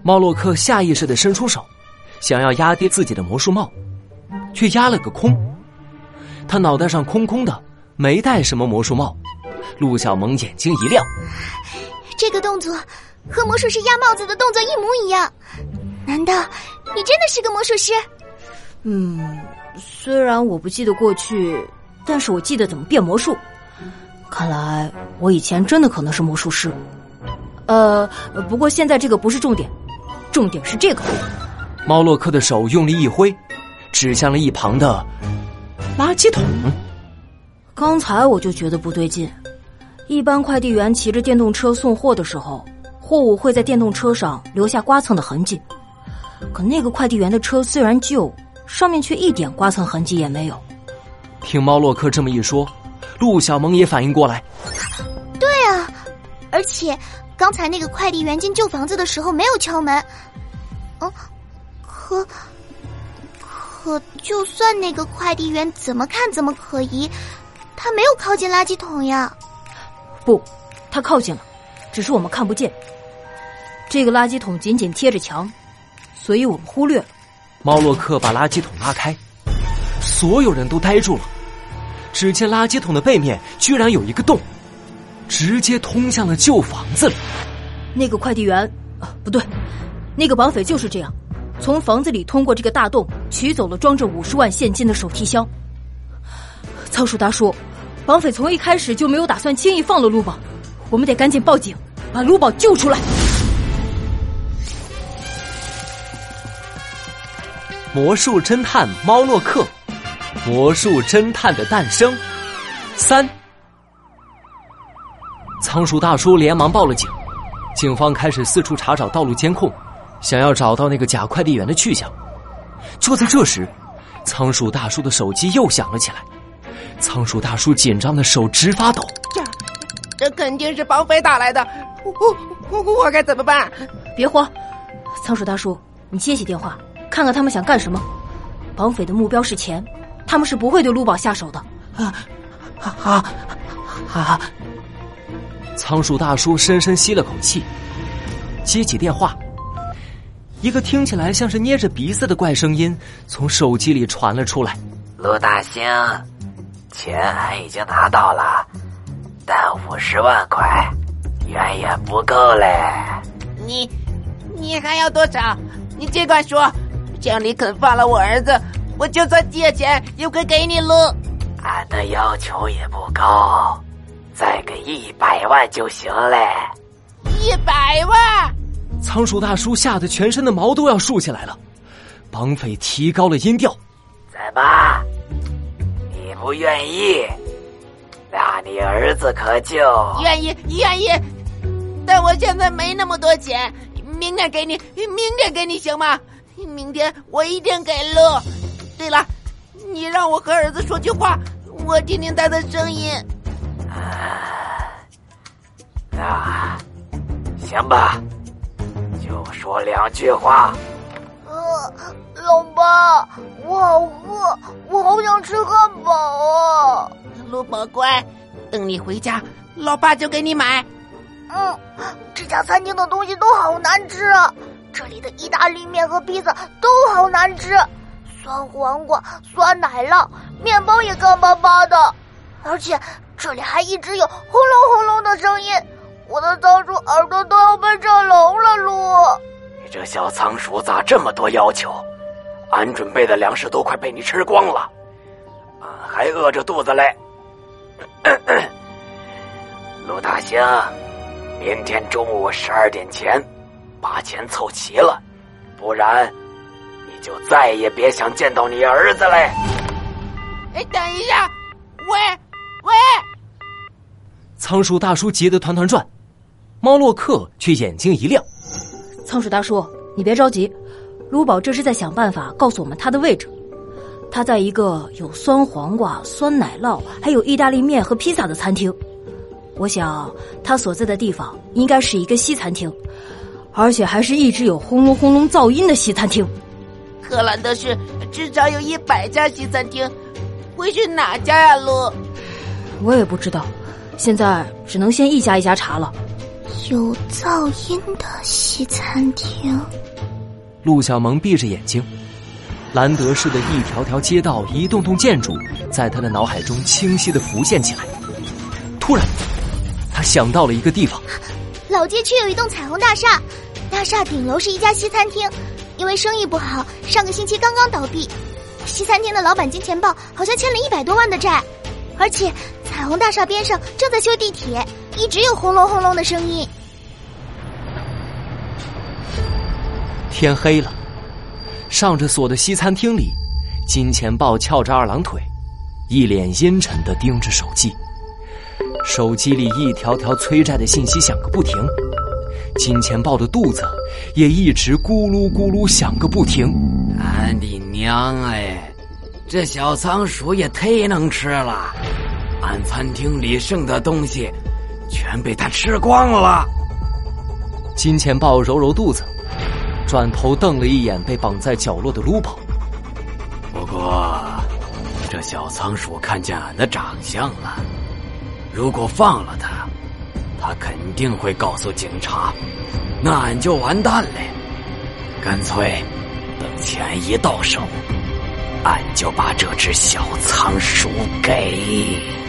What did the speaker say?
猫洛克下意识地伸出手，想要压低自己的魔术帽，却压了个空。他脑袋上空空的，没戴什么魔术帽。陆小萌眼睛一亮， 这个动作和魔术师压帽子的动作一模一样，难道你真的是个魔术师？ 虽然我不记得过去，但是我记得怎么变魔术。看来我以前真的可能是魔术师。不过现在这个不是重点，重点是这个。 猫洛克的手用力一挥，指向了一旁的垃圾桶。 刚才我就觉得不对劲，一般快递员骑着电动车送货的时候，货物会在电动车上留下刮蹭的痕迹，可那个快递员的车虽然旧，上面却一点刮蹭痕迹也没有。 听猫洛克这么一说，陆小萌也反应过来， 对啊，而且刚才那个快递员进旧房子的时候没有敲门。可就算那个快递员怎么看怎么可疑，他没有靠近垃圾桶呀。 不，他靠近了，只是我们看不见。这个垃圾桶紧紧贴着墙，所以我们忽略了。 猫洛克把垃圾桶拉开，所有人都呆住了。只见垃圾桶的背面居然有一个洞，直接通向了旧房子里。 那个快递员不对，那个绑匪就是这样，从房子里通过这个大洞取走了装着50万现金的手提箱。仓鼠大叔，绑匪从一开始就没有打算轻易放了卢宝，我们得赶紧报警，把卢宝救出来。 魔术侦探猫洛克，魔术侦探的诞生3。仓鼠大叔连忙报了警，警方开始四处查找道路监控，想要找到那个假快递员的去向。就在这时，仓鼠大叔的手机又响了起来，仓鼠大叔紧张的手直发抖。 这肯定是绑匪打来的，我该怎么办？ 别慌，仓鼠大叔，你接起电话，看看他们想干什么。绑匪的目标是钱，他们是不会对卢宝下手的。 仓鼠大叔深深吸了口气，接起电话，一个听起来像是捏着鼻子的怪声音从手机里传了出来。 陆大星，钱俺已经拿到了，但50万块远远不够嘞。 你还要多少？你尽管说，只要你肯放了我儿子，我就算借钱也会给你了。 俺的要求也不高，再给100万就行嘞。 100万！ 仓鼠大叔吓得全身的毛都要竖起来了。绑匪提高了音调： 怎么？你不愿意？那你儿子可就…… 愿意，但我现在没那么多钱，明天给你行吗？明天我一定给了。对了，你让我和儿子说句话，我听听他的声音。 那行吧，就说2句话。 老爸，我好饿，我好想吃汉堡啊！ 卢宝乖，等你回家，老爸就给你买。 这家餐厅的东西都好难吃啊！这里的意大利面和披萨都好难吃，酸黄瓜、酸奶酪，面包也干巴巴的，而且这里还一直有轰隆轰隆的声音，我的仓鼠耳朵都要被震聋了路。 你这小仓鼠咋这么多要求？俺准备的粮食都快被你吃光了，俺还饿着肚子嘞。陆大星，明天中午12点前把钱凑齐了，不然你就再也别想见到你儿子嘞。 等一下，喂！ 仓鼠大叔急得团团转，猫洛克却眼睛一亮。 仓鼠大叔，你别着急，卢宝这是在想办法告诉我们他的位置。他在一个有酸黄瓜、酸奶酪还有意大利面和披萨的餐厅，我想他所在的地方应该是一个西餐厅，而且还是一直有轰隆轰隆噪音的西餐厅。 荷兰的是至少有100家西餐厅，会是哪家呀，陆？ 我也不知道，现在只能先一家一家查了。 有噪音的西餐厅。 陆小萌闭着眼睛，兰德市的一条条街道、一栋栋建筑在他的脑海中清晰地浮现起来。突然，他想到了一个地方。 老街区有一栋彩虹大厦，大厦顶楼是一家西餐厅，因为生意不好，上个星期刚刚倒闭。西餐厅的老板金钱豹好像欠了100多万的债，而且彩虹大厦边上正在修地铁，一直有轰隆轰隆的声音。 天黑了，上着锁的西餐厅里，金钱豹翘着2郎腿，一脸阴沉地盯着手机。手机里一条条催债的信息响个不停，金钱豹的肚子也一直咕噜咕噜响个不停。 俺的娘哎，这小仓鼠也忒能吃了，俺餐厅里剩的东西全被它吃光了。 金钱豹揉揉肚子，转头瞪了一眼被绑在角落的卢宝。 不过这小仓鼠看见俺的长相了，如果放了它，它肯定会告诉警察，那俺就完蛋了。干脆等钱一到手，俺就把这只小仓鼠给